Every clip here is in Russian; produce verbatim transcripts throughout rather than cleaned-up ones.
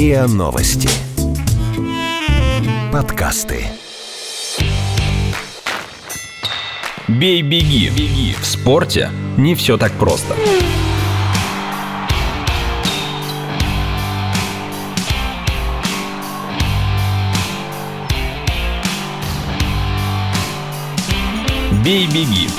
РИА Новости. Подкасты. Бей-беги. Беги. В спорте не все так просто. Бей-беги.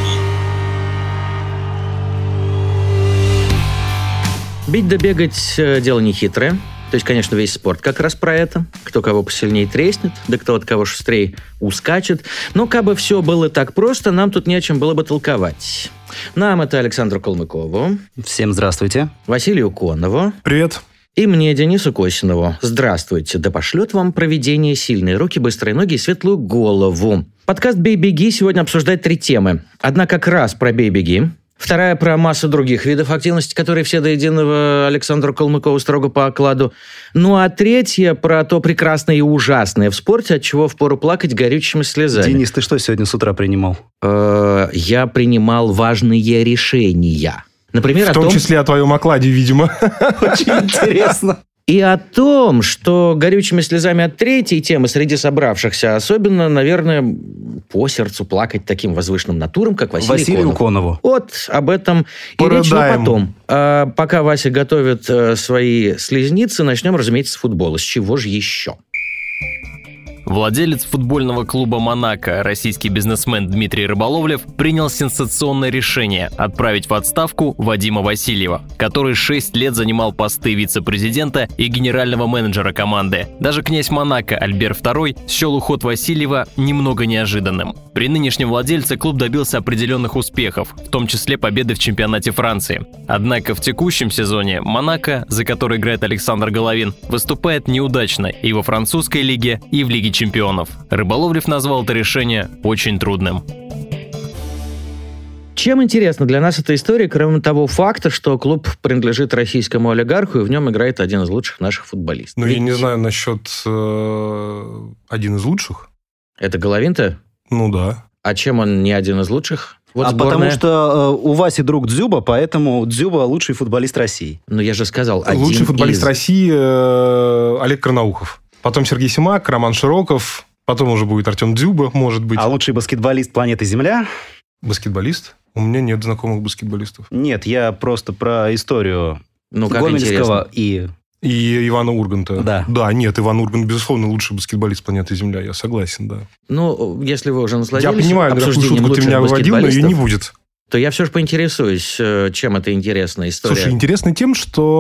Бить да бегать – дело нехитрое. То есть, конечно, весь спорт как раз про это. Кто кого посильнее треснет, да кто от кого шустрее ускачет. Но как бы все было так просто, нам тут не о чем было бы толковать. Нам это Александру Калмыкову. Всем здравствуйте. Василию Конову. Привет. И мне, Денису Косинову. Здравствуйте. Да пошлет вам провидение сильные руки, быстрые ноги и светлую голову. Подкаст «Бей-беги» сегодня обсуждает три темы. Одна как раз про бей-беги. Вторая про массу других видов активности, которые все до единого Александру Калмыкову строго по окладу. Ну а третья про то прекрасное и ужасное в спорте, от чего впору плакать горючими слезами. Денис, ты что сегодня с утра принимал? Э-э- я принимал важные решения. Например, в о том, том числе о твоем окладе, видимо. Очень интересно. И о том, что горючими слезами от третьей темы среди собравшихся особенно, наверное, по сердцу плакать таким возвышенным натурам, как Василий Василию Конов. Конову. Вот об этом и речь, но потом. А пока Вася готовит а, свои слезницы, начнем, разумеется, с футбола. С чего же еще? Владелец футбольного клуба «Монако», российский бизнесмен Дмитрий Рыболовлев, принял сенсационное решение отправить в отставку Вадима Васильева, который шесть лет занимал посты вице-президента и генерального менеджера команды. Даже князь Монако Альбер второй счел уход Васильева немного неожиданным. При нынешнем владельце клуб добился определенных успехов, в том числе победы в чемпионате Франции. Однако в текущем сезоне «Монако», за который играет Александр Головин, выступает неудачно и во французской лиге, и в Лиге чемпионов. Рыболовлев назвал это решение очень трудным. Чем интересна для нас эта история, кроме того факта, что клуб принадлежит российскому олигарху, и в нем играет один из лучших наших футболистов? Ну, Ведь... я не знаю насчет э, один из лучших. Это Головин-то? Ну, да. А чем он не один из лучших? Вот а сборная... потому что э, у Васи друг Дзюба, поэтому Дзюба лучший футболист России. Ну, я же сказал, один Лучший футболист из... России э, Олег Карнаухов. Потом Сергей Симак, Роман Широков. Потом уже будет Артем Дзюба, может быть. А лучший баскетболист планеты Земля? Баскетболист? У меня нет знакомых баскетболистов. Нет, я просто про историю ну, как Гомельского и... И Ивана Урганта. Да. Да, нет, Иван Ургант, безусловно, лучший баскетболист планеты Земля. Я согласен, да. Ну, если вы уже насладились я понимаю, обсуждением какую шутку ты меня выводил, но ее не будет. То я все же поинтересуюсь, чем это интересная история. Слушай, интересно тем,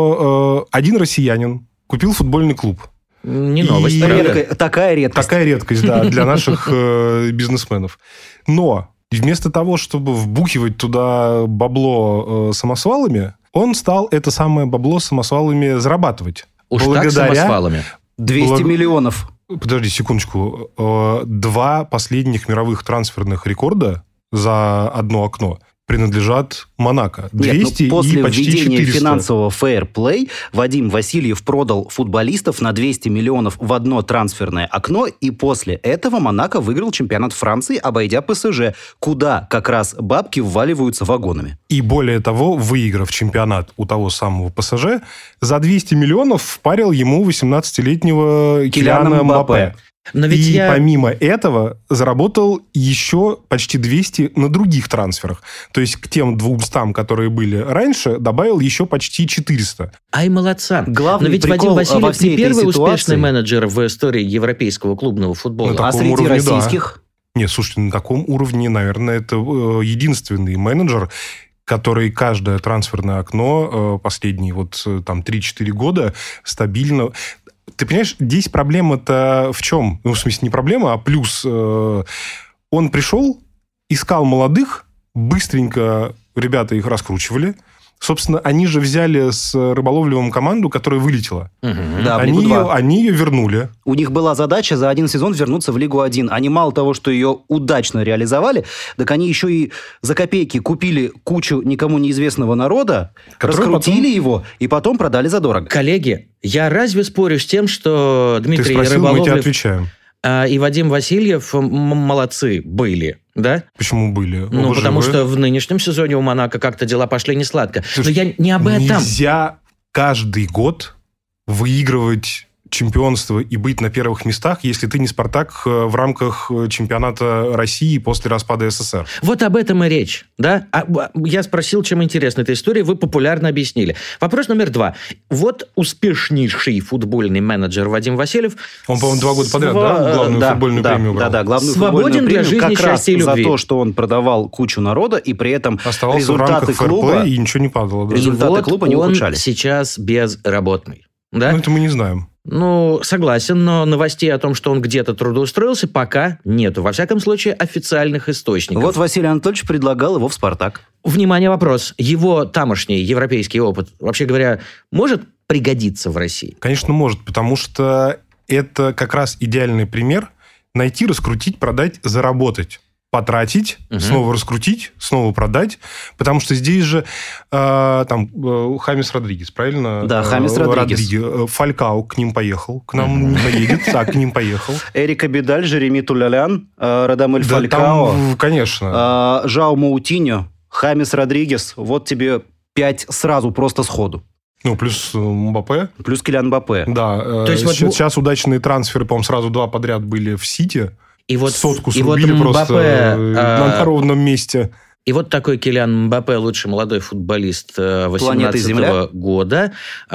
что э, один россиянин купил футбольный клуб. Не новость, и... правда? Редко... Такая редкость. Такая редкость, да, для наших э, бизнесменов. Но вместо того, чтобы вбухивать туда бабло э, самосвалами, он стал это самое бабло самосвалами зарабатывать. Уж благодаря... так самосвалами? двести Благ... миллионов. Подожди секундочку. Э, два последних мировых трансферных рекорда за одно окно принадлежат Монако. двести Нет, ну, после и почти введения четыреста. финансового фейерплей Вадим Васильев продал футболистов на двести миллионов в одно трансферное окно, и после этого Монако выиграл чемпионат Франции, обойдя ПСЖ, куда как раз бабки вваливаются вагонами. И более того, выиграв чемпионат у того самого ПСЖ, за двести миллионов впарил ему восемнадцатилетнего Килиана Мбаппе. Но ведь и я... помимо этого заработал еще почти двести на других трансферах. То есть к тем двумстам, которые были раньше, добавил еще почти четыреста. Ай, молодца. Главный Но ведь прикол Вадим Васильев не первый ситуации... успешный менеджер в истории европейского клубного футбола. Ну, а среди уровне, российских? Да. Нет, слушайте, на таком уровне, наверное, это единственный менеджер, который каждое трансферное окно последние вот там три-четыре года стабильно... Ты понимаешь, здесь проблема-то в чем? Ну, в смысле, не проблема, а плюс. Э, он пришел, искал молодых, быстренько ребята их раскручивали. Собственно, они же взяли с Рыболовлевым команду, которая вылетела. Угу. Да, они, ее, они ее вернули. У них была задача за один сезон вернуться в Лигу один. Они мало того, что ее удачно реализовали, так они еще и за копейки купили кучу никому неизвестного народа, Который раскрутили потом... его и потом продали задорого. Коллеги, я разве спорю с тем, что Дмитрий Ты спросил, Рыболовлев... мы тебе отвечаем. и Вадим Васильев м- молодцы были, да? Почему были? Ну, Оба потому живы. что в нынешнем сезоне у Монако как-то дела пошли не сладко. Слушай, Но я не об этом. Нельзя каждый год выигрывать чемпионство и быть на первых местах, если ты не «Спартак» в рамках чемпионата России после распада СССР. Вот об этом и речь, да? А, я спросил, чем интересна эта история, вы популярно объяснили. Вопрос номер два. Вот успешнейший футбольный менеджер Вадим Васильев... Он, по-моему, два года подряд, св... да, главную да, футбольную да, премию брал? Да, да, главную Свободен футбольную для премию жизни, как раз счастья и любви. за то, что он продавал кучу народа, и при этом оставался результаты в рамках клуба... фэрплея, и ничего не падало. Да. Результаты и вот клуба не он ухудшались. Сейчас безработный. Да? Ну, это мы не знаем. Ну, согласен, но новостей о том, что он где-то трудоустроился, пока нету. Во всяком случае, официальных источников. Вот Василий Анатольевич предлагал его в «Спартак». Внимание, вопрос. Его тамошний европейский опыт, вообще говоря, может пригодиться в России? Конечно, может, потому что это как раз идеальный пример найти, раскрутить, продать, заработать. Потратить, угу. снова раскрутить, снова продать, потому что здесь же э, там э, Хамис Родригес, правильно? Да, Хамис Родригес. Родригес. Фалькау к ним поехал, к нам угу. не поедет, так, к ним поехал. Эрик Абидаль, Жереми Тулялян, э, Радамель да, Фалькао. Там, конечно. Э, Жао Маутиньо, Хамис Родригес. Вот тебе пять сразу, просто сходу. Ну, плюс Мбаппе. Плюс Килиан Мбаппе. Да. То есть сейчас, вот... сейчас удачные трансферы, по-моему, сразу два подряд были в Сити. И вот, Сотку и срубили вот просто Мбаппе, на ровном месте. И вот такой Килиан Мбаппе, лучший молодой футболист восемнадцатого года,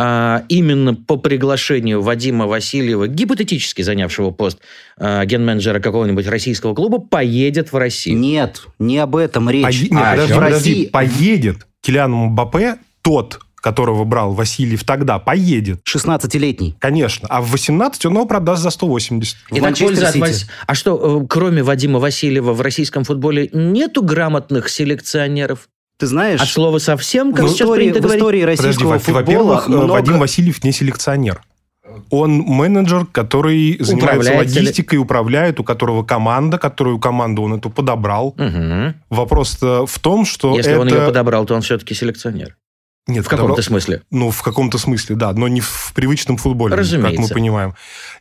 именно по приглашению Вадима Васильева, гипотетически занявшего пост ген-менеджера какого-нибудь российского клуба, поедет в Россию. Нет, не об этом речь. Пои... А, Нет, подожди, в подожди. России... Поедет Килиан Мбаппе, тот, которого брал Васильев тогда, поедет. шестнадцатилетний. Конечно. А в восемнадцать он его продаст за сто восемьдесят. И так польза от Вас... А что, кроме Вадима Васильева в российском футболе нету грамотных селекционеров? Ты знаешь... От слова совсем, как в сейчас истории, принято в говорить? истории российского Подожди, футбола во-первых, много... Вадим Васильев не селекционер. Он менеджер, который занимается Управляет логистикой, управляет, у которого команда, которую команду он эту подобрал. Угу. Вопрос в том, что Если это... он ее подобрал, то он все-таки селекционер. Нет, в каком-то подобрал... смысле. Ну, в каком-то смысле, да, но не в привычном футболе, Разумеется. как мы понимаем.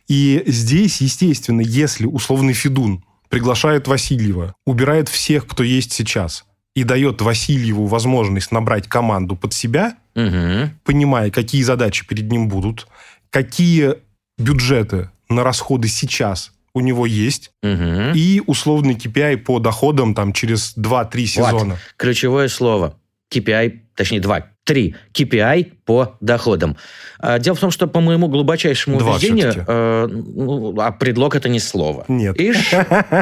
И здесь, естественно, если условный Федун приглашает Васильева, убирает всех, кто есть сейчас, и дает Васильеву возможность набрать команду под себя, угу. понимая, какие задачи перед ним будут, какие бюджеты на расходы сейчас у него есть, угу. и условный кей пи ай по доходам там, через два-три сезона. Вот. Ключевое слово. кей пи ай, точнее, два, три. кей пи ай по доходам. Дело в том, что по моему глубочайшему Два убеждению, э, ну, а предлог это не слово. Нет. Ишь.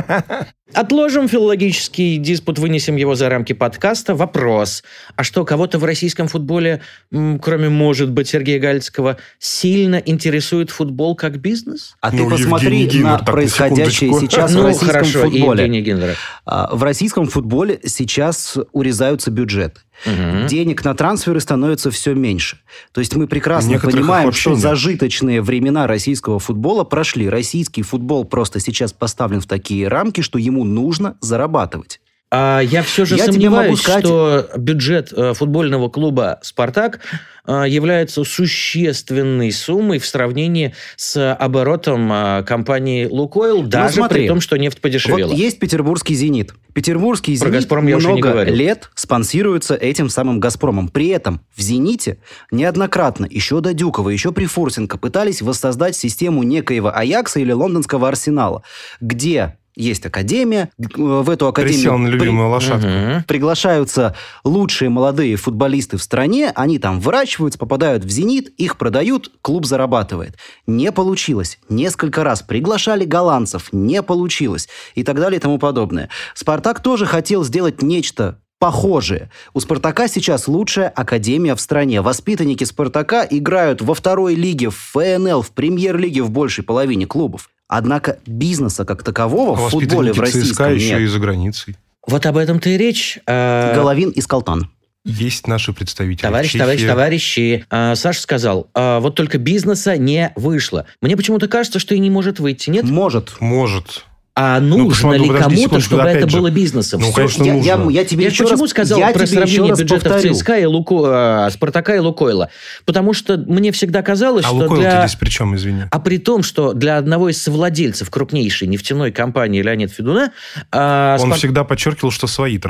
Отложим филологический диспут, вынесем его за рамки подкаста. Вопрос. А что, кого-то в российском футболе, кроме, может быть, Сергея Галицкого, сильно интересует футбол как бизнес? А ну, ты посмотри Евгений на Гиннер, так, происходящее на сейчас ну, в российском хорошо, футболе. Евгений Гиннер. В российском футболе сейчас урезаются бюджеты. Угу. Денег на трансферы становится все меньше. То есть мы прекрасно понимаем, что нет. зажиточные времена российского футбола прошли. Российский футбол просто сейчас поставлен в такие рамки, что ему нужно зарабатывать. А я все же Я сомневаюсь, сказать... что бюджет э, футбольного клуба «Спартак» э, является существенной суммой в сравнении с оборотом э, компании «Лукойл», даже смотри, при том, что нефть подешевела. Вот есть петербургский «Зенит». Петербургский Про «Зенит» «Газпром» я уже не много говорю. лет спонсируется этим самым «Газпромом». При этом в «Зените» неоднократно, еще до Дюкова, еще при Фурсенко, пытались воссоздать систему некоего «Аякса» или лондонского «Арсенала», где... Есть академия, в эту академию Присел на любимую при... лошадку. Угу. приглашаются лучшие молодые футболисты в стране, они там выращиваются, попадают в «Зенит», их продают, клуб зарабатывает. Не получилось. Несколько раз приглашали голландцев, не получилось. И так далее и тому подобное. «Спартак» тоже хотел сделать нечто похожее. У «Спартака» сейчас лучшая академия в стране. Воспитанники «Спартака» играют во второй лиге, в эф эн эл, в премьер-лиге в большей половине клубов. Однако бизнеса как такового в футболе в российском ЦСКА еще нет. и за границей. Вот об этом-то и речь. А... Головин и Скалтан. Есть наши представители. Товарищ, товарищ, товарищи. А, Саша сказал, а, вот только бизнеса не вышло. Мне почему-то кажется, что и не может выйти, нет? Может. Может. А нужно ну, ли подожди, кому-то, секундочку, чтобы это же. было бизнесом? Ну, Все. конечно, я, нужно. я, я тебе Я еще почему раз, сказал я про тебе еще сравнение раз бюджетов повторю. ЦСКА и Луко... Спартака и Лукойла? Потому что мне всегда казалось, А что Лукойл для... здесь при чем, извини? А при том, что для одного из совладельцев крупнейшей нефтяной компании Леонида Федуна... А, Он Спар... всегда подчеркивал, что свои тратит.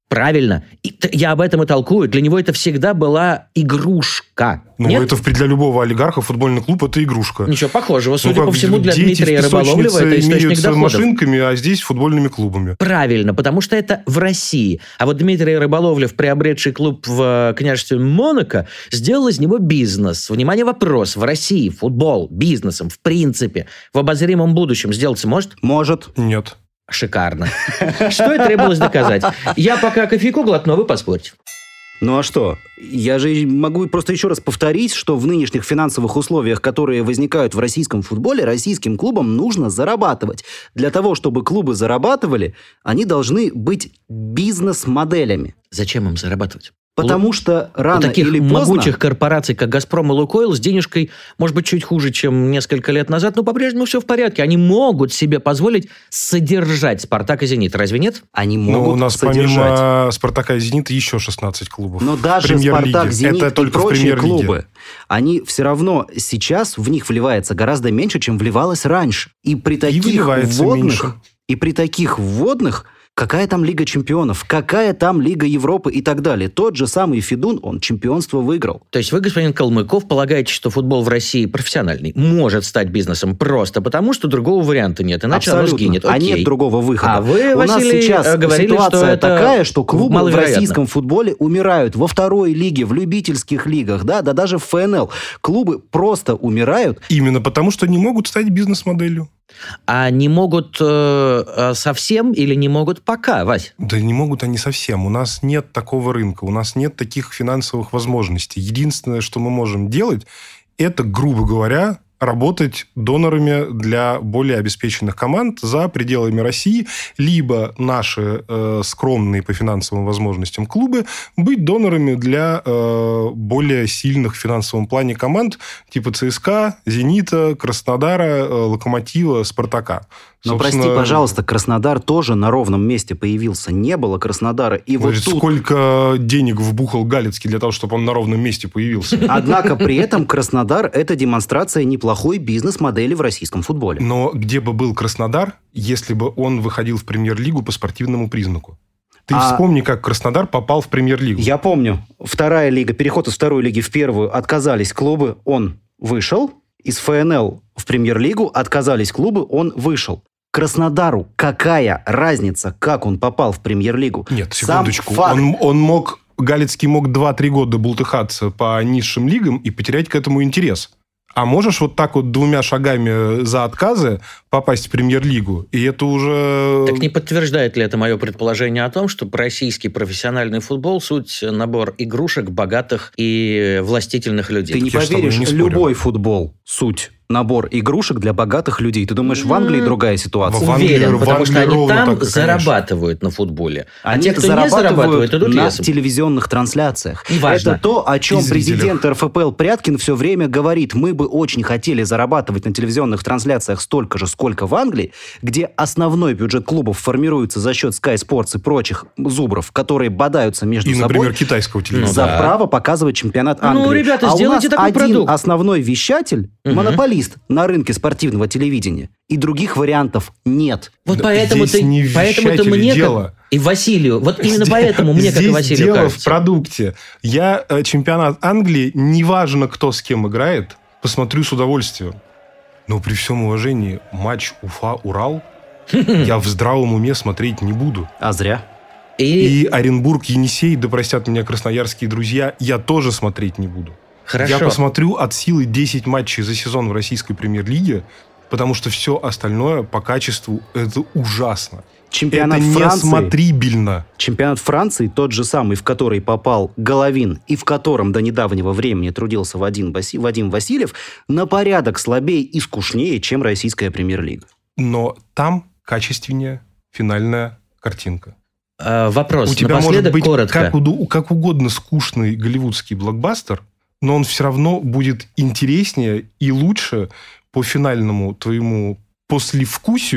Правильно. И т- я об этом и толкую. Для него это всегда была игрушка. Ну, Нет? это для любого олигарха футбольный клуб – это игрушка. Ничего похожего. Ну, Судя как по всему, для дети Дмитрия в Рыболовлева песочнице это источник меряются доходов. машинками, а здесь футбольными клубами. Правильно, потому что это в России. А вот Дмитрий Рыболовлев, приобретший клуб в княжестве Монако, сделал из него бизнес. Внимание, вопрос. В России футбол бизнесом, в принципе, в обозримом будущем сделаться может? Может. Нет. Шикарно. Что и требовалось доказать. Я пока кофейку глотну, а вы поспорьте. Ну а что? Я же могу просто еще раз повторить, что в нынешних финансовых условиях, которые возникают в российском футболе, российским клубам нужно зарабатывать. Для того, чтобы клубы зарабатывали, они должны быть бизнес-моделями. Зачем им зарабатывать? Потому что рано У таких или поздно... могучих корпораций, как «Газпром» и «Лукойл», с денежкой, может быть, чуть хуже, чем несколько лет назад, но по-прежнему все в порядке. Они могут себе позволить содержать «Спартак» и «Зенит». Разве нет? Они Ну, могут у нас содержать. помимо «Спартака» и «Зенита» еще шестнадцать клубов. Но в даже Премьер-лиге. «Спартак», «Зенит» Это и только в прочие Премьер-лиге. клубы, они все равно сейчас в них вливается гораздо меньше, чем вливалось раньше. И при таких вливается вводных... меньше. И при таких вводных... Какая там Лига чемпионов? Какая там Лига Европы и так далее? Тот же самый Федун, он чемпионство выиграл. То есть вы, господин Калмыков, полагаете, что футбол в России профессиональный может стать бизнесом просто потому, что другого варианта нет, иначе оно Абсолютно. сгинет. А Окей. нет другого выхода. А вы, У Василий, нас сейчас говорили, ситуация что это такая, что клубы в маловероятно. российском футболе умирают. Во второй лиге, в любительских лигах, да, да даже в эф эн эл. Клубы просто умирают. Именно потому, что не могут стать бизнес-моделью. А не могут э, совсем или не могут пока, Вась? Да не могут они совсем. У нас нет такого рынка, у нас нет таких финансовых возможностей. Единственное, что мы можем делать, это, грубо говоря, работать донорами для более обеспеченных команд за пределами России, либо наши э, скромные по финансовым возможностям клубы быть донорами для э, более сильных в финансовом плане команд типа ЦСКА, Зенита, Краснодара, э, Локомотива, Спартака. Но, Собственно, прости, пожалуйста, Краснодар тоже на ровном месте появился. Не было Краснодара. И вот Ой, тут... сколько денег вбухал Галицкий для того, чтобы он на ровном месте появился. Однако при этом Краснодар – это демонстрация неплохой бизнес-модели в российском футболе. Но где бы был Краснодар, если бы он выходил в Премьер-лигу по спортивному признаку? Ты А- вспомни, как Краснодар попал в Премьер-лигу. Я помню, вторая лига, переход из второй лиги в первую, отказались клубы, он вышел. Из эф эн эл в Премьер-лигу отказались клубы, он вышел. Краснодару какая разница, как он попал в Премьер-лигу? Нет, Сам секундочку. факт. Он, он мог, Галицкий мог два-три года бултыхаться по низшим лигам и потерять к этому интерес. А можешь вот так вот двумя шагами за отказы попасть в Премьер-лигу, и это уже... Так не подтверждает ли это мое предположение о том, что российский профессиональный футбол – суть набор игрушек богатых и властительных людей? Ты не Я с тобой поверишь, не спорю. любой футбол – суть набор игрушек для богатых людей. Ты думаешь, в Англии другая ситуация? В Англии- Уверен, в потому что Англии они ровно там так, конечно. зарабатывают на футболе. А Они те, кто не зарабатывают, идут на лесом. телевизионных трансляциях. Неважно. Это то, о чем И зрителях. президент эр эф пэ эл Пряткин все время говорит. Мы бы очень хотели зарабатывать на телевизионных трансляциях столько же, сколько в Англии, где основной бюджет клубов формируется за счет Sky Sports и прочих зубров, которые бодаются между И, собой. например, китайского телевизора. Ну за да. право показывать чемпионат Ну, Англии. ребята, а у сделайте нас такой один продукт. основной вещатель, Мгм. монополист на рынке спортивного телевидения. И других вариантов нет. Вот Да поэтому здесь ты, не в поэтому ты вещателе мне дело. как, и Василию, вот именно Здесь- поэтому мне как и здесь Василию дело кажется. в продукте. Я э, чемпионат Англии, неважно, кто с кем играет, посмотрю с удовольствием. Но при всем уважении, матч Уфа-Урал я в здравом уме смотреть не буду. А зря. И, И Оренбург-Енисей, да простят меня красноярские друзья, я тоже смотреть не буду. хорошо. Я посмотрю от силы десять матчей за сезон в российской премьер-лиге, потому что все остальное по качеству это ужасно. Чемпионат это Франции. несмотрибельно. Чемпионат Франции, тот же самый, в который попал Головин и в котором до недавнего времени трудился Вадим, Васи- Вадим Васильев, на порядок слабее и скучнее, чем российская премьер-лига. Но там качественнее финальная картинка. Э, вопрос У тебя может напоследок быть коротко. как, уду- как угодно скучный голливудский блокбастер, но он все равно будет интереснее и лучше по финальному твоему послевкусию,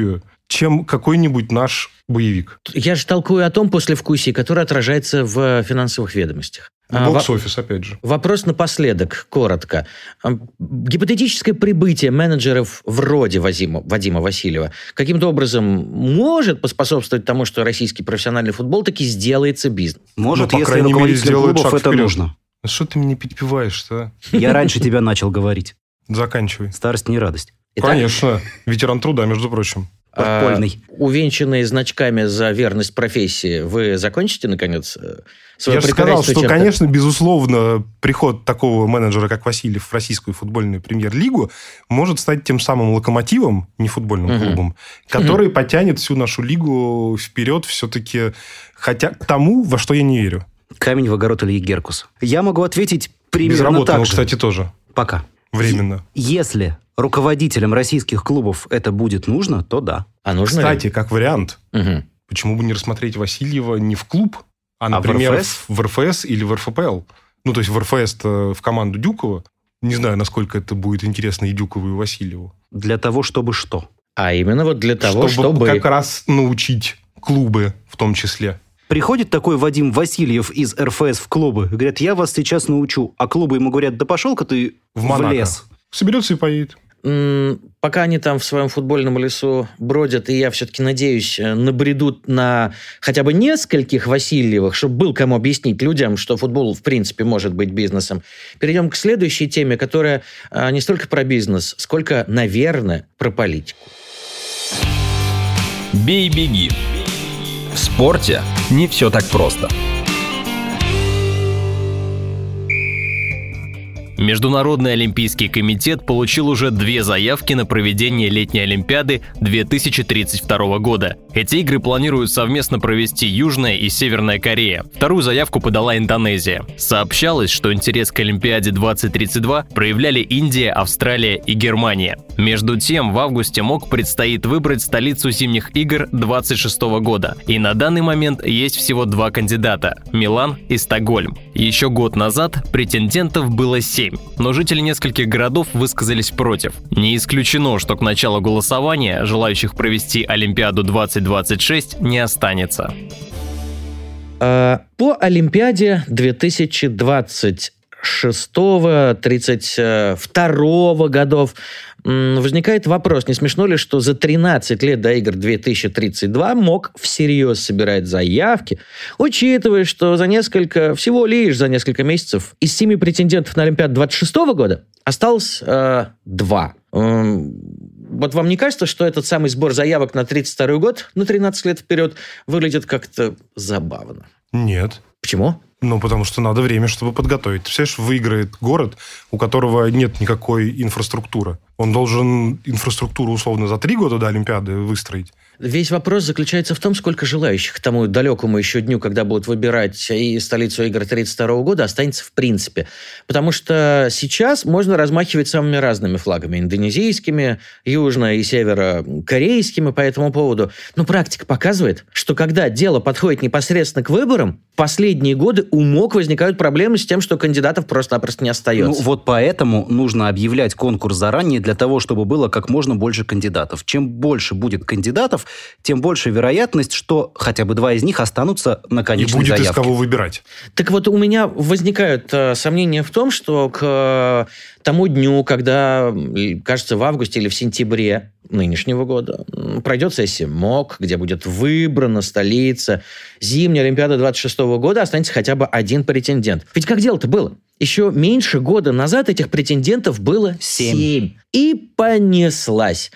чем какой-нибудь наш боевик. Я же толкую о том послевкусии, которое отражается в финансовых ведомостях. Бокс-офис, опять же. Вопрос напоследок, коротко. Гипотетическое прибытие менеджеров вроде Вадима, Вадима Васильева каким-то образом может поспособствовать тому, что российский профессиональный футбол таки сделается бизнесом? Может, ну, по если руководителям клубов это вперед. нужно. Что ты мне перепиваешь-то? Я раньше тебя начал говорить. Заканчивай. Старость не радость. Итак, конечно. Ветеран труда, между прочим. Подпольный. А, увенчанные значками за верность профессии, вы закончите, наконец, свое Я же сказал, что, чем-то? конечно, безусловно, приход такого менеджера, как Васильев, в российскую футбольную премьер-лигу может стать тем самым локомотивом, не футбольным Угу. клубом, который угу. потянет всю нашу лигу вперед все-таки, хотя к тому, во что я не верю. Камень в огород Ильи Геркуса. Я могу ответить примерно Безработного, так же. кстати, тоже. Пока. Временно. Если руководителям российских клубов это будет нужно, то да. А нужно Кстати, ли? как вариант, Угу. почему бы не рассмотреть Васильева не в клуб, а, А например, в эр эф эс? в эр эф эс или в эр эф пэ эл. Ну, то есть в эр эф эс-то в команду Дюкова. Не знаю, насколько это будет интересно и Дюкову, и Васильеву. Для того, чтобы что? А именно вот для того, чтобы, чтобы... как раз научить клубы в том числе. Приходит такой Вадим Васильев из эр эф эс в клубы и говорит, я вас сейчас научу. А клубы ему говорят, да пошел-ка ты В в, Монако. лес. Соберется и поедет. М, Пока они там в своем футбольном лесу бродят, и я все-таки надеюсь, э, набредут на хотя бы нескольких Васильевых, чтобы был кому объяснить людям, что футбол в принципе может быть бизнесом. Перейдем к следующей теме, которая э, не столько про бизнес, сколько, наверное, про политику. Бей-беги. В спорте не все так просто. Международный олимпийский комитет получил уже две заявки на проведение летней Олимпиады две тысячи тридцать второго года. Эти игры планируют совместно провести Южная и Северная Корея. Вторую заявку подала Индонезия. Сообщалось, что интерес к Олимпиаде двадцать тридцать два проявляли Индия, Австралия и Германия. Между тем, в августе МОК предстоит выбрать столицу зимних игр двадцать шестого года. И на данный момент есть всего два кандидата – Милан и Стокгольм. Еще год назад претендентов было семь. Но жители нескольких городов высказались против. Не исключено, что к началу голосования желающих провести Олимпиаду двадцать двадцать шесть не останется. Э, По Олимпиаде две тысячи двадцать шестого — тридцать второго годов м, возникает вопрос, не смешно ли, что за тринадцать лет до игр две тысячи тридцать два МОК всерьез собирает заявки, учитывая, что за несколько, всего лишь за несколько месяцев из семи претендентов на Олимпиаду двадцать шестого года осталось э, два. Эм, Вот вам не кажется, что этот самый сбор заявок на тридцать второй год, на тринадцать лет вперед, выглядит как-то забавно? Нет. Почему? Ну, потому что надо время, чтобы подготовить. Ты представляешь, выиграет город, у которого нет никакой инфраструктуры. Он должен инфраструктуру условно за три года до Олимпиады выстроить. Весь вопрос заключается в том, сколько желающих к тому далекому еще дню, когда будут выбирать и столицу игр тридцать второго года, останется в принципе. Потому что сейчас можно размахивать самыми разными флагами. Индонезийскими, южно- и северокорейскими по этому поводу. Но практика показывает, что когда дело подходит непосредственно к выборам, в последние годы у МОК возникают проблемы с тем, что кандидатов просто-напросто не остается. Ну, вот поэтому нужно объявлять конкурс заранее для того, чтобы было как можно больше кандидатов. Чем больше будет кандидатов, тем больше вероятность, что хотя бы два из них останутся на И конечной будет заявке. из кого выбирать. Так вот, у меня возникают э, сомнения в том, что к э, тому дню, когда, кажется, в августе или в сентябре нынешнего года м, пройдет сессия МОК, где будет выбрана столица зимней Олимпиады двадцать шестого года, останется хотя бы один претендент. Ведь как дело-то было? Еще меньше года назад этих претендентов было Семь. семь. И понеслась.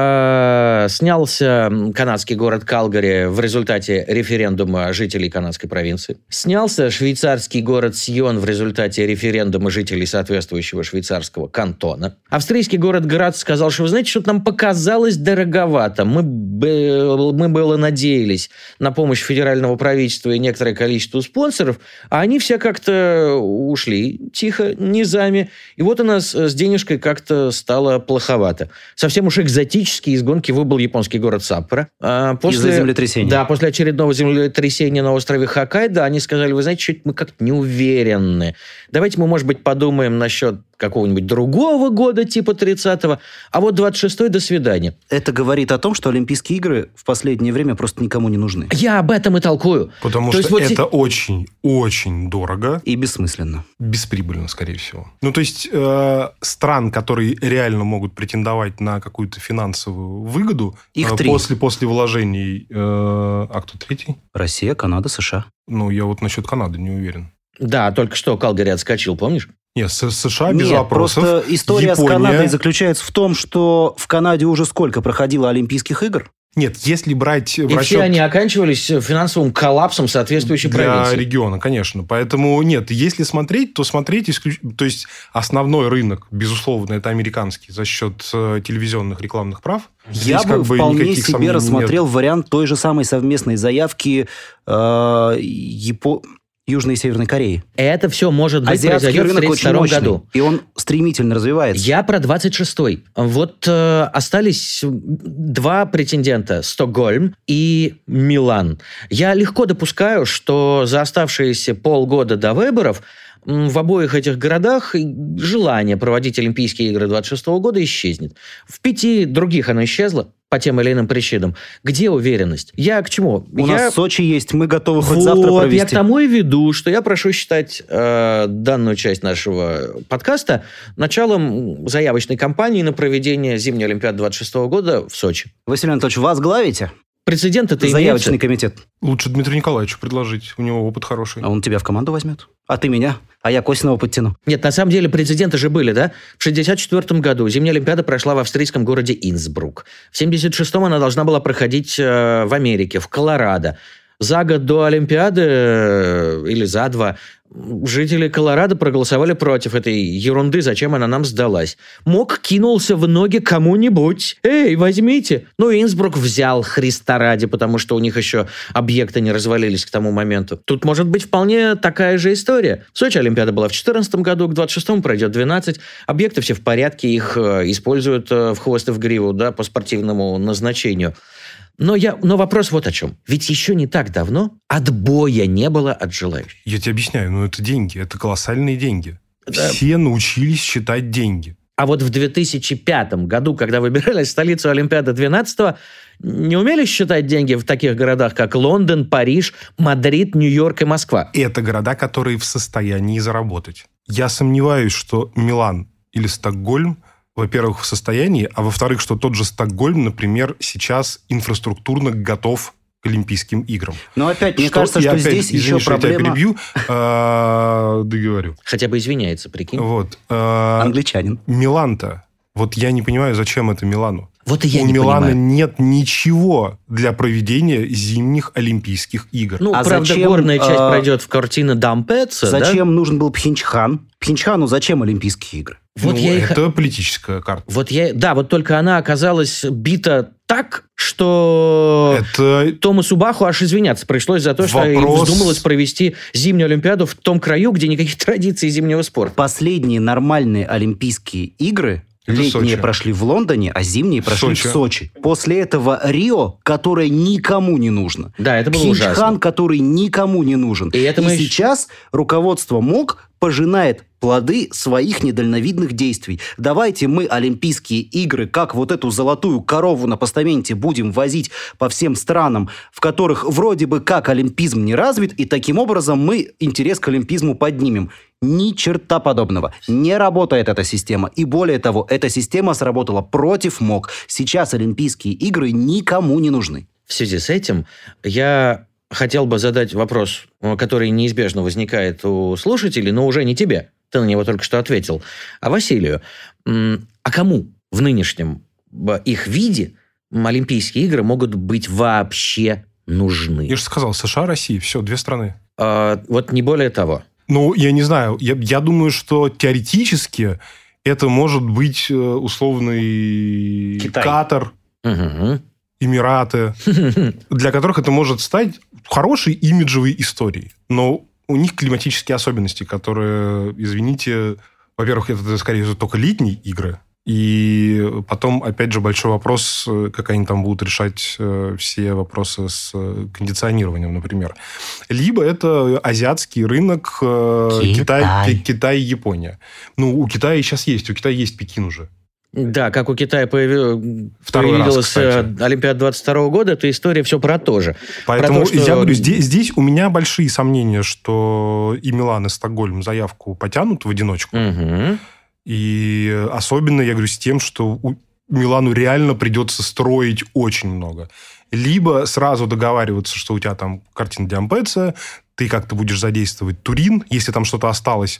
Э, снялся канадский город Калгари в результате референдума жителей канадской провинции. Снялся швейцарский город Сьон в результате референдума жителей соответствующего швейцарского кантона. Австрийский город Грац сказал, что, вы знаете, что-то нам показалось дороговато. Мы, бы, мы было надеялись на помощь федерального правительства и некоторое количество спонсоров, а они все как-то ушли. ушли тихо, низами. И вот у нас с денежкой как-то стало плоховато. Совсем уж экзотически из гонки выбыл японский город Саппоро. А после, из-за землетрясения. Да, после очередного землетрясения на острове Хоккайдо они сказали, вы знаете, что-то мы как-то не уверены. Давайте мы, может быть, подумаем насчет какого-нибудь другого года, типа тридцатого, а вот двадцать шестой до свидания. Это говорит о том, что Олимпийские игры в последнее время просто никому не нужны. Я об этом и толкую. Потому то что вот это очень, очень дорого. И бессмысленно. Бесприбыльно, скорее всего. Ну, то есть, э, стран, которые реально могут претендовать на какую-то финансовую выгоду Их э, три. после, после вложений... Э, а кто третий? Россия, Канада, США. Ну, я вот насчет Канады не уверен. Да, только что Калгари отскочил, помнишь? Нет, с США без Нет, вопросов. просто история Япония... с Канадой заключается в том, что в Канаде уже сколько проходило Олимпийских игр? Нет, если брать в И расчет... все они оканчивались финансовым коллапсом соответствующей для провинции. региона, конечно. Поэтому нет, если смотреть, то смотреть исключ... То есть основной рынок, безусловно, это американский за счет э, телевизионных рекламных прав. Я Здесь бы как бы вполне никаких себе сомнений рассмотрел нет. вариант той же самой совместной заявки э, Япо... Южной и Северной Кореи. Это все может быть Азиатский произойдет в рынок тридцать очень втором мощный, году. и он стремительно развивается. Я про двадцать шестой. Вот э, остались два претендента. Стокгольм и Милан. Я легко допускаю, что за оставшиеся полгода до выборов м, в обоих этих городах желание проводить Олимпийские игры двадцать шестого года исчезнет. В пяти других оно исчезло по тем или иным причинам. Где уверенность? Я к чему? У я... нас Сочи есть, мы готовы хоть Вот, завтра провести. я к тому и веду, что я прошу считать э, данную часть нашего подкаста началом заявочной кампании на проведение зимней Олимпиады двадцать шестого года в Сочи. Василий Анатольевич, возглавите Прецеденты-то заявочный имеются. комитет. Лучше Дмитрию Николаевичу предложить. У него опыт хороший. А он тебя в команду возьмет? А ты меня? А я Косинова подтяну. Нет, на самом деле прецеденты же были, да? В шестьдесят четвёртом году зимняя Олимпиада прошла в австрийском городе Инсбрук. В семьдесят шестом она должна была проходить э, в Америке, в Колорадо. За год до Олимпиады, э, или за два, жители Колорадо проголосовали против этой ерунды, зачем она нам сдалась. МОК кинулся в ноги кому-нибудь. Эй, возьмите. Ну, Инсбрук взял, Христа ради, потому что у них еще объекты не развалились к тому моменту. Тут может быть вполне такая же история. В Сочи Олимпиада была в четырнадцатом году, к двадцать шестому пройдет двенадцать. Объекты все в порядке, их э, используют э, в хвост и в гриву, да, по спортивному назначению. Но, я, но вопрос вот о чем. Ведь еще не так давно отбоя не было от желающих. Я тебе объясняю, ну это деньги, это колоссальные деньги. Да. Все научились считать деньги. А вот в две тысячи пятом году, когда выбирали столицу Олимпиады двенадцатого, не умели считать деньги в таких городах, как Лондон, Париж, Мадрид, Нью-Йорк и Москва? Это города, которые в состоянии заработать. Я сомневаюсь, что Милан или Стокгольм, во-первых, в состоянии, а во-вторых, что тот же Стокгольм, например, сейчас инфраструктурно готов к Олимпийским играм. Но опять, мне Что- кажется, я что опять, здесь извини, еще что я тебя проблема... перебью, а, договорю. Хотя бы извиняется, прикинь. Вот. а, Англичанин. Милан-то. Вот я не понимаю, зачем это Милану. Вот и я У не Милана понимаю. нет ничего для проведения зимних Олимпийских игр. Ну, А правда, зачем, горная часть а, пройдет в картине Дампеца, да? Зачем нужен был Пхенчхан? Пхенчхану зачем Олимпийские игры? Вот Ну, я и х- это политическая карта. Вот я, да, вот только она оказалась бита так, что Это Томасу Баху аж извиняться пришлось за то, что им Вопрос- вздумалось провести зимнюю Олимпиаду в том краю, где никаких традиций зимнего спорта. Последние нормальные Олимпийские игры Это летние Сочи. прошли в Лондоне, а зимние прошли Сочи. в Сочи. После этого Рио, которое никому не нужно. Да, это было Пхенчхан, ужасно. который никому не нужен. И это мы еще- сейчас руководство МОК пожинает плоды своих недальновидных действий. Давайте мы Олимпийские игры, как вот эту золотую корову на постаменте, будем возить по всем странам, в которых вроде бы как олимпизм не развит, и таким образом мы интерес к олимпизму поднимем. Ни черта подобного. Не работает эта система. И более того, эта система сработала против МОК. Сейчас Олимпийские игры никому не нужны. В связи с этим я хотел бы задать вопрос, который неизбежно возникает у слушателей, но уже не тебе. Ты на него только что ответил. А Василию. М, А кому в нынешнем б, их виде м, Олимпийские игры могут быть вообще нужны? Я же сказал, США, Россия, все, две страны. А, вот не более того. Ну, я не знаю, я, я думаю, что теоретически это может быть э, условный Китай. Катар, Мгм. Эмираты, для которых это может стать хорошей имиджевой историей. Но у них климатические особенности, которые, извините, во-первых, это, скорее всего, только летние игры. И потом, опять же, большой вопрос, как они там будут решать все вопросы с кондиционированием, например. Либо это азиатский рынок Китай, Китай, Китай и Япония. Ну, у Китая сейчас есть, у Китая есть Пекин уже. Да, как у Китая появилась Олимпиада двадцать второго года, эта история все про то же. Поэтому про то, что... я говорю, здесь, здесь у меня большие сомнения, что и Милан, и Стокгольм заявку потянут в одиночку. Угу. И особенно, я говорю, с тем, что у Милану реально придется строить очень много. Либо сразу договариваться, что у тебя там картина Диампеца, ты как-то будешь задействовать Турин, если там что-то осталось.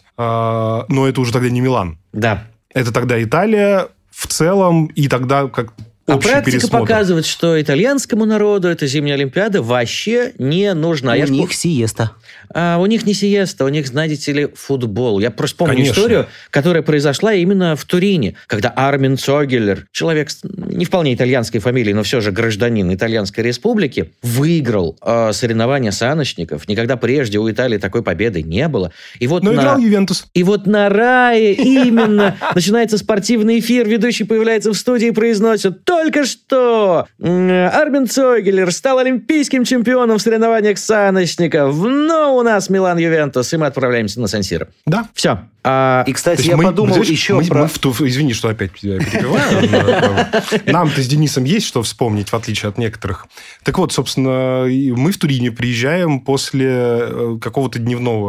Но это уже тогда не Милан. Да. Это тогда Италия в целом, и тогда как А практика пересмотр. показывает, что итальянскому народу эта зимняя Олимпиада вообще не нужна. У Я них ж... сиеста. А, у них не сиеста, у них, знаете ли, футбол. Я просто помню Конечно. историю, которая произошла именно в Турине, когда Армин Цогеллер, человек с не вполне итальянской фамилией, но все же гражданин Итальянской Республики, выиграл э, соревнования саночников. Никогда прежде у Италии такой победы не было. И вот Но на... играл Ювентус. И вот на Рае именно начинается спортивный эфир, ведущий появляется в студии и произносит: только что Армин Цогеллер стал олимпийским чемпионом в соревнованиях саночников, но у нас Милан Ювентус, и мы отправляемся на Сан-Сиро. Да. Все. А... И, кстати, я мы, подумал знаешь, еще мы, про... Мы в ту... Извини, что опять перебиваю. Нам-то с Денисом есть что вспомнить, в отличие от некоторых. Так вот, собственно, мы в Турине приезжаем после какого-то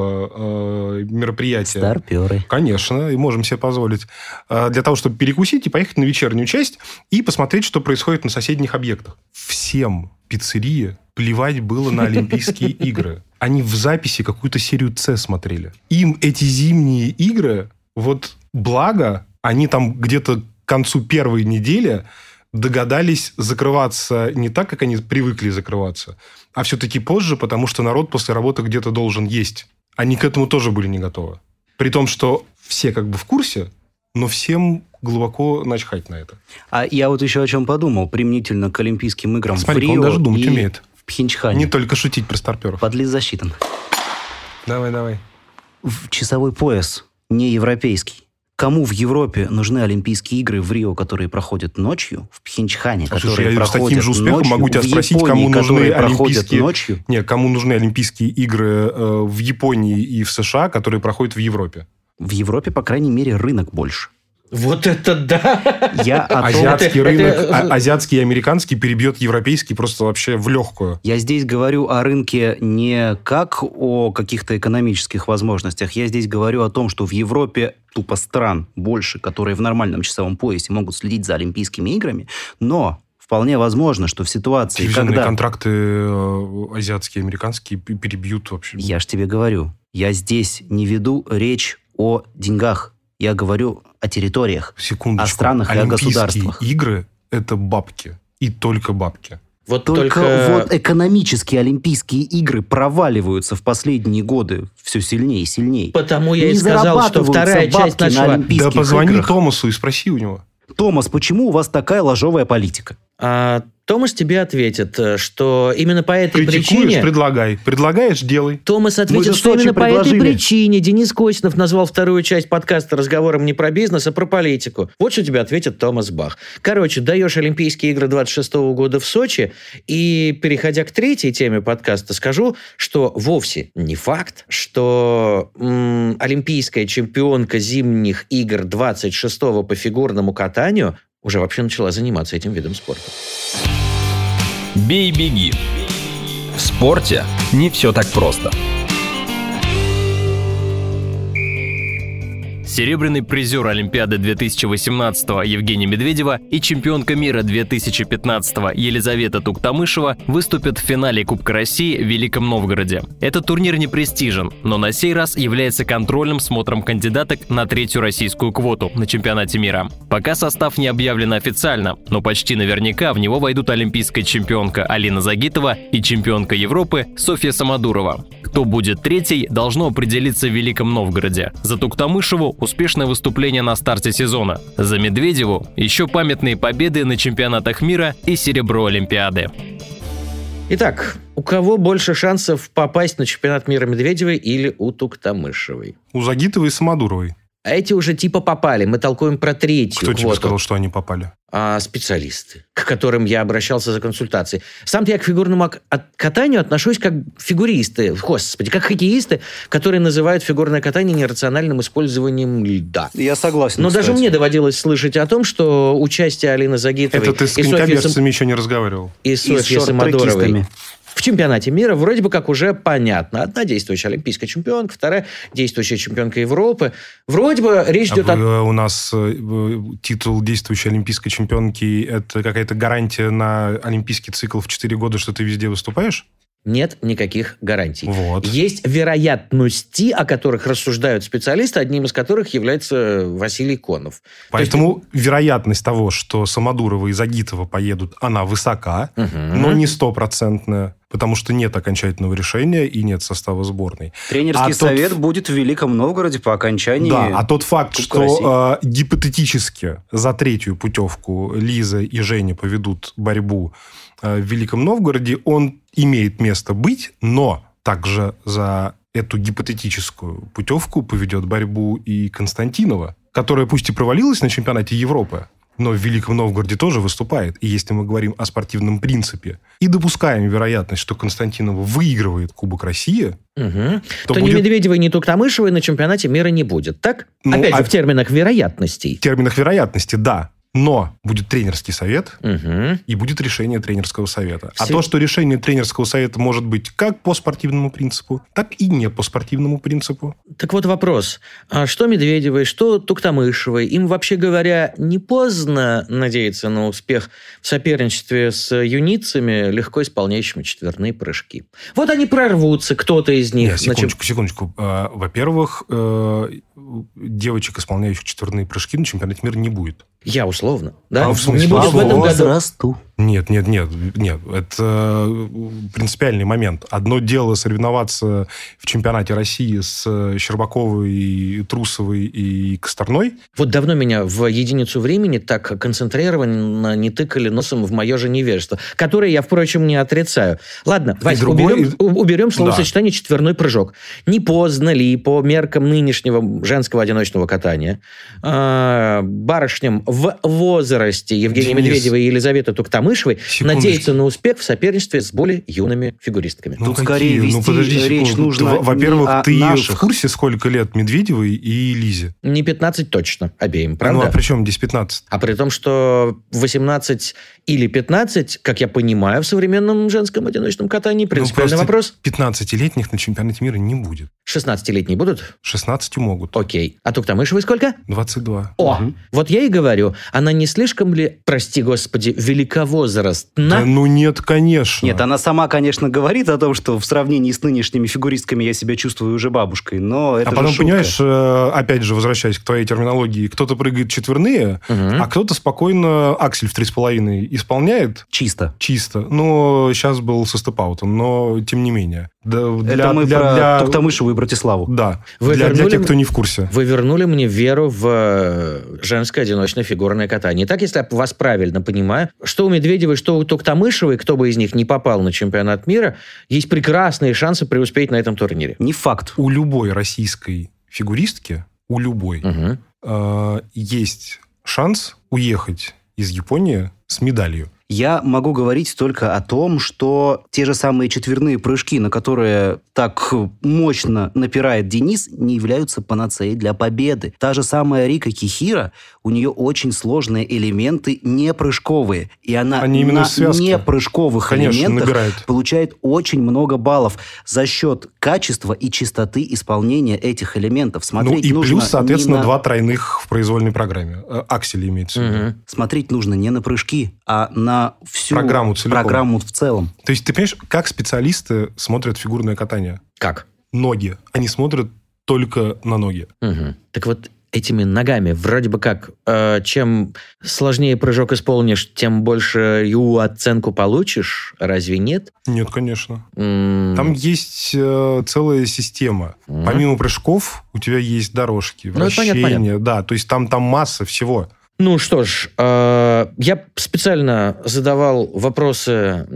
дневного мероприятия. Старперы. Конечно, и можем себе позволить. Для того, чтобы перекусить и поехать на вечернюю часть и посмотреть, что происходит на соседних объектах. Всем пиццерии плевать было на Олимпийские игры. Они в записи какую-то серию С смотрели. Им эти зимние игры, вот благо, они там где-то к концу первой недели догадались закрываться не так, как они привыкли закрываться, а все-таки позже, потому что народ после работы где-то должен есть. Они к этому тоже были не готовы. При том, что все как бы в курсе, но всем глубоко начхать на это. А я вот еще о чем подумал, применительно к Олимпийским играм. Смотри, в Рио он даже думать и умеет. в Пхенчхане. Не только шутить про старперов. Подлиз засчитан. Давай, давай. В часовой пояс, не европейский. Кому в Европе нужны Олимпийские игры в Рио, которые проходят ночью, в Пхенчхане, Слушай, которые я проходят с таким же успехом ночью, могу тебя в спросить, Японии, кому нужны которые проходят олимпийские... ночью? Нет, кому нужны Олимпийские игры э, в Японии и в США, которые проходят в Европе? В Европе, по крайней мере, рынок больше. Вот это да! Я о том... Азиатский это- рынок, это- а- азиатский и американский перебьет европейский просто вообще в легкую. Я здесь говорю о рынке не как о каких-то экономических возможностях. Я здесь говорю о том, что в Европе тупо стран больше, которые в нормальном часовом поясе могут следить за Олимпийскими играми, но вполне возможно, что в ситуации, Телевизионные когда... контракты э, азиатские и американские п- перебьют вообще. Я ж тебе говорю, я здесь не веду речь о деньгах. Я говорю о территориях, Секундочку. о странах и о Олимпийские государствах. игры – это бабки. И только бабки. Вот Только, только... вот экономические Олимпийские игры проваливаются в последние годы все сильнее и сильнее. Потому я и Не сказал, что зарабатываются вторая часть бабки на нашего... Олимпийских Да позвони играх. Томасу и спроси у него. Томас, почему у вас такая ложовая политика? А, Томас тебе ответит, что именно по этой Критикуешь, причине... предлагай. Предлагаешь – делай. Томас Мы ответит, же что Сочи именно по этой предложили. причине Денис Косинов назвал вторую часть подкаста разговором не про бизнес, а про политику. Вот что тебе ответит Томас Бах. Короче, даешь Олимпийские игры двадцать шестого года в Сочи, и, переходя к третьей теме подкаста, скажу, что вовсе не факт, что м, олимпийская чемпионка зимних игр двадцать шестого по фигурному катанию уже вообще начала заниматься этим видом спорта. Бей-беги. В спорте не все так просто. Серебряный призер Олимпиады две тысячи восемнадцатого Евгения Медведева и чемпионка мира две тысячи пятнадцатого Елизавета Туктамышева выступят в финале Кубка России в Великом Новгороде. Этот турнир не престижен, но на сей раз является контрольным смотром кандидаток на третью российскую квоту на чемпионате мира. Пока состав не объявлен официально, но почти наверняка в него войдут олимпийская чемпионка Алина Загитова и чемпионка Европы Софья Самодурова. Кто будет третьей, должно определиться в Великом Новгороде. За Туктамышеву успешное выступление на старте сезона. За Медведеву еще памятные победы на чемпионатах мира и серебро Олимпиады. Итак, у кого больше шансов попасть на чемпионат мира Медведевой или у Туктамышевой? У Загитовой и Самодуровой. А эти уже типа попали. Мы толкуем про третью Кто квоту. тебе сказал, что они попали? А, специалисты, к которым я обращался за консультацией. Сам-то я к фигурному от- катанию отношусь как фигуристы, господи, как хоккеисты, которые называют фигурное катание нерациональным использованием льда. Я согласен, Но даже кстати. мне доводилось слышать о том, что участие Алины Загитовой Это ты с и Софьи конькобежцами Сам- еще не разговаривал. и И с Софьи Самодуровой шорт-трекистами. в чемпионате мира вроде бы как уже понятно. Одна действующая олимпийская чемпионка, вторая действующая чемпионка Европы. Вроде бы речь А идет о... вы- у нас э, титул действующей олимпийской чемпионки – это какая-то гарантия на олимпийский цикл в четыре года, что ты везде выступаешь? Нет никаких гарантий. Вот. Есть вероятности, о которых рассуждают специалисты, одним из которых является Василий Конов. Поэтому вероятность того, что Самодурова и Загитова поедут, она высока, Мгм. но не стопроцентная, потому что нет окончательного решения и нет состава сборной. Тренерский А тот- совет будет в Великом Новгороде по окончании... Да, а тот факт, Кубка России. что э, гипотетически за третью путевку Лиза и Женя поведут борьбу э, в Великом Новгороде, он имеет место быть, но также за эту гипотетическую путевку поведет борьбу и Константинова, которая пусть и провалилась на чемпионате Европы, но в Великом Новгороде тоже выступает. И если мы говорим о спортивном принципе и допускаем вероятность, что Константинова выигрывает Кубок России, Мгм. То То, будет- ни Медведевой, ни Туктамышевой на чемпионате мира не будет, так? Ну, Опять же, а- в терминах вероятностей. в терминах вероятности, да. Но будет тренерский совет, Мгм. и будет решение тренерского совета. А Все- то, что решение тренерского совета может быть как по спортивному принципу, так и не по спортивному принципу. Так вот вопрос. А что Медведевой, что Туктамышевой? Им, вообще говоря, не поздно надеяться на успех в соперничестве с юницами, легко исполняющими четверные прыжки? Вот они прорвутся, кто-то из них. Нет, на чем- секундочку, секундочку. А, Во-первых, э, девочек, исполняющих четверные прыжки, на чемпионате мира не будет. Я условно, да? А, в смысле, не будет в по этом году. возрасту. Нет, нет, нет, нет. Это принципиальный момент. Одно дело соревноваться в чемпионате России с Щербаковой, Трусовой и Косторной. Вот давно меня в единицу времени так концентрированно не тыкали носом в мое же невежество, которое я, впрочем, не отрицаю. Ладно, Вась, другой- уберем, у- уберем словосочетание «четверной прыжок». Не поздно ли по меркам нынешнего женского одиночного катания э, барышням в возрасте Евгения Денис. Медведева и Елизаветы Туктамышевой Секундочку. надеяться на успех в соперничестве с более юными фигуристками? Ну, Тут какие? скорее Ну, вести подожди речь секунду. нужно Во- Во-первых, не о ты наших. в курсе, сколько лет Медведевой и Лизе? Не пятнадцать точно обеим, правда? Ну, а при чем здесь пятнадцать? А при том, что восемнадцать или пятнадцать, как я понимаю, в современном женском одиночном катании, принципиальный просто вопрос. пятнадцатилетних на чемпионате мира не будет. шестнадцатилетние будут? шестнадцать могут. Окей. А Туктамышевой сколько? двадцать два. О, Мгм. вот я и говорю, она не слишком ли, прости господи, великовозрастна? Да, ну нет, конечно. Нет, она сама, конечно, говорит о том, что в сравнении с нынешними фигуристками я себя чувствую уже бабушкой, но это А же потом, шутка. понимаешь, э, опять же, возвращаясь к твоей терминологии, кто-то прыгает четверные, Мгм. а кто-то спокойно аксель в три с половиной исполняет Чисто. чисто. Ну, сейчас был со степ-аутом, но тем не менее. Да, для- это мы для- про для- Туктамышеву и Братиславу. Да, Вы для, для вернули тех, м- кто не в курсе. Вы вернули мне веру в э, женское одиночное фигурное катание. Итак, если я вас правильно понимаю, что у Медведевой, что у Туктамышевой, кто бы из них не попал на чемпионат мира, есть прекрасные шансы преуспеть на этом турнире. Не факт. У любой российской фигуристки, у любой, Мгм. э, есть шанс уехать из Японии с медалью. Я могу говорить только о том, что те же самые четверные прыжки, на которые так мощно напирает Денис, не являются панацеей для победы. Та же самая Рика Кихира, у нее очень сложные элементы непрыжковые. И она Они именно на в связке. непрыжковых Конечно, элементах набирает. получает очень много баллов за счет качества и чистоты исполнения этих элементов. Ну Смотреть и нужно плюс, соответственно, не на... два тройных в произвольной программе. Э, Аксель имеется в виду. Мгм. Смотреть нужно не на прыжки, а на всю Программу целиком. программу в целом. То есть ты понимаешь, как специалисты смотрят фигурное катание? Как? Ноги. Они смотрят только на ноги. Мгм. Так вот, этими ногами вроде бы как, э, чем сложнее прыжок исполнишь, тем больше ю оценку получишь, разве нет? Нет, конечно. М, Там есть э, целая система. Мгм. Помимо прыжков у тебя есть дорожки, Ну, это понятно, вращения. Да, то есть там, там масса всего. Ну что ж, э, я специально задавал вопросы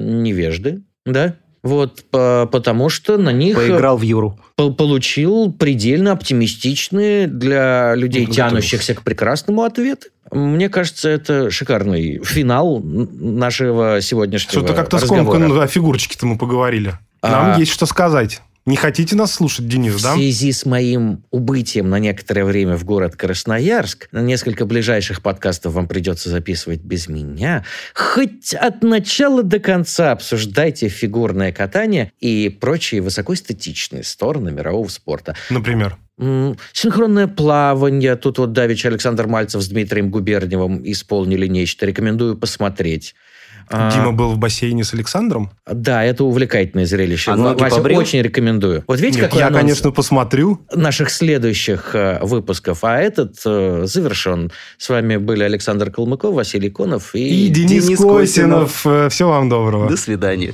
невежды, да, вот, по, потому что на них... Поиграл в Юру. По- получил предельно оптимистичные для людей, Ну, тянущихся к прекрасному, ответы. Мне кажется, это шикарный финал нашего сегодняшнего Что-то как-то разговора. скомканно, о фигурочке-то мы поговорили. Нам А... есть что сказать. Не хотите нас слушать, Денис, В да? связи с моим убытием на некоторое время в город Красноярск, на несколько ближайших подкастов вам придется записывать без меня. Хоть от начала до конца обсуждайте фигурное катание и прочие высокоэстетичные стороны мирового спорта. Например? М, Синхронное плавание. Тут вот давеча Александр Мальцев с Дмитрием Губерниевым исполнили нечто. Рекомендую посмотреть. Дима был в бассейне с Александром? Да, это увлекательное зрелище. А ноги Вася, побрил? очень рекомендую. Вот видите, Нет, какой я, анонс конечно, посмотрю. наших следующих э, выпусков, а этот э, завершен. С вами были Александр Калмыков, Василий Конов и... И Денис, Денис Косинов. Э, Всего вам доброго. До свидания.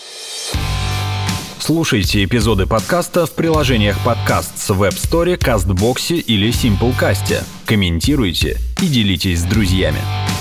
Слушайте эпизоды подкаста в приложениях подкаст с Web Store, Кастбоксе или Simplecast. Комментируйте и делитесь с друзьями.